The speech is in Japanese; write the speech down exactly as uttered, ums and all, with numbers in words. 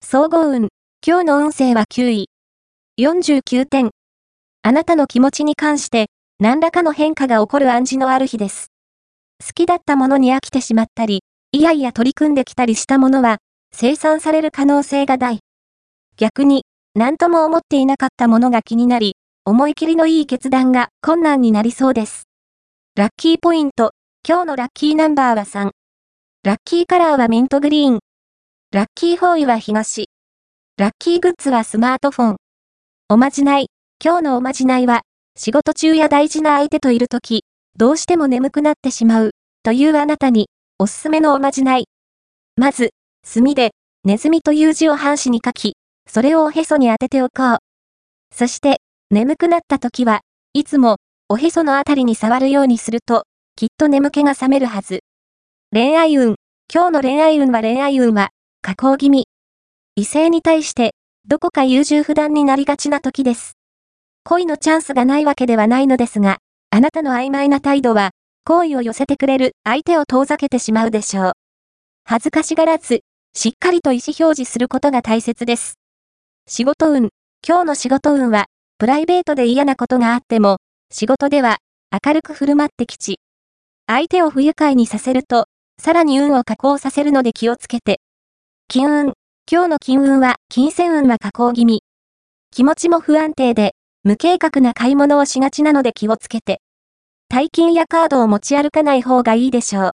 総合運。今日の運勢はきゅうい。よんじゅうきゅうてん。あなたの気持ちに関して、何らかの変化が起こる暗示のある日です。好きだったものに飽きてしまったり、いやいや取り組んできたりしたものは、清算される可能性が大。逆に、何とも思っていなかったものが気になり、思い切りのいい決断が困難になりそうです。ラッキーポイント。今日のラッキーナンバーはさん。ラッキーカラーはミントグリーン。ラッキー方位は東。ラッキーグッズはスマートフォン。おまじない。今日のおまじないは、仕事中や大事な相手といるとき、どうしても眠くなってしまう、というあなたに、おすすめのおまじない。まず、墨で、ネズミという字を半紙に書き、それをおへそに当てておこう。そして、眠くなったときは、いつも、おへそのあたりに触るようにすると、きっと眠気が覚めるはず。恋愛運。今日の恋愛運は恋愛運は、下降気味。異性に対して、どこか優柔不断になりがちな時です。恋のチャンスがないわけではないのですが、あなたの曖昧な態度は、好意を寄せてくれる相手を遠ざけてしまうでしょう。恥ずかしがらず、しっかりと意思表示することが大切です。仕事運。今日の仕事運は、プライベートで嫌なことがあっても、仕事では、明るく振る舞って吉。相手を不愉快にさせると、さらに運を下降させるので気をつけて。金運。今日の金運は、金銭運は下降気味。気持ちも不安定で、無計画な買い物をしがちなので気をつけて。大金やカードを持ち歩かない方がいいでしょう。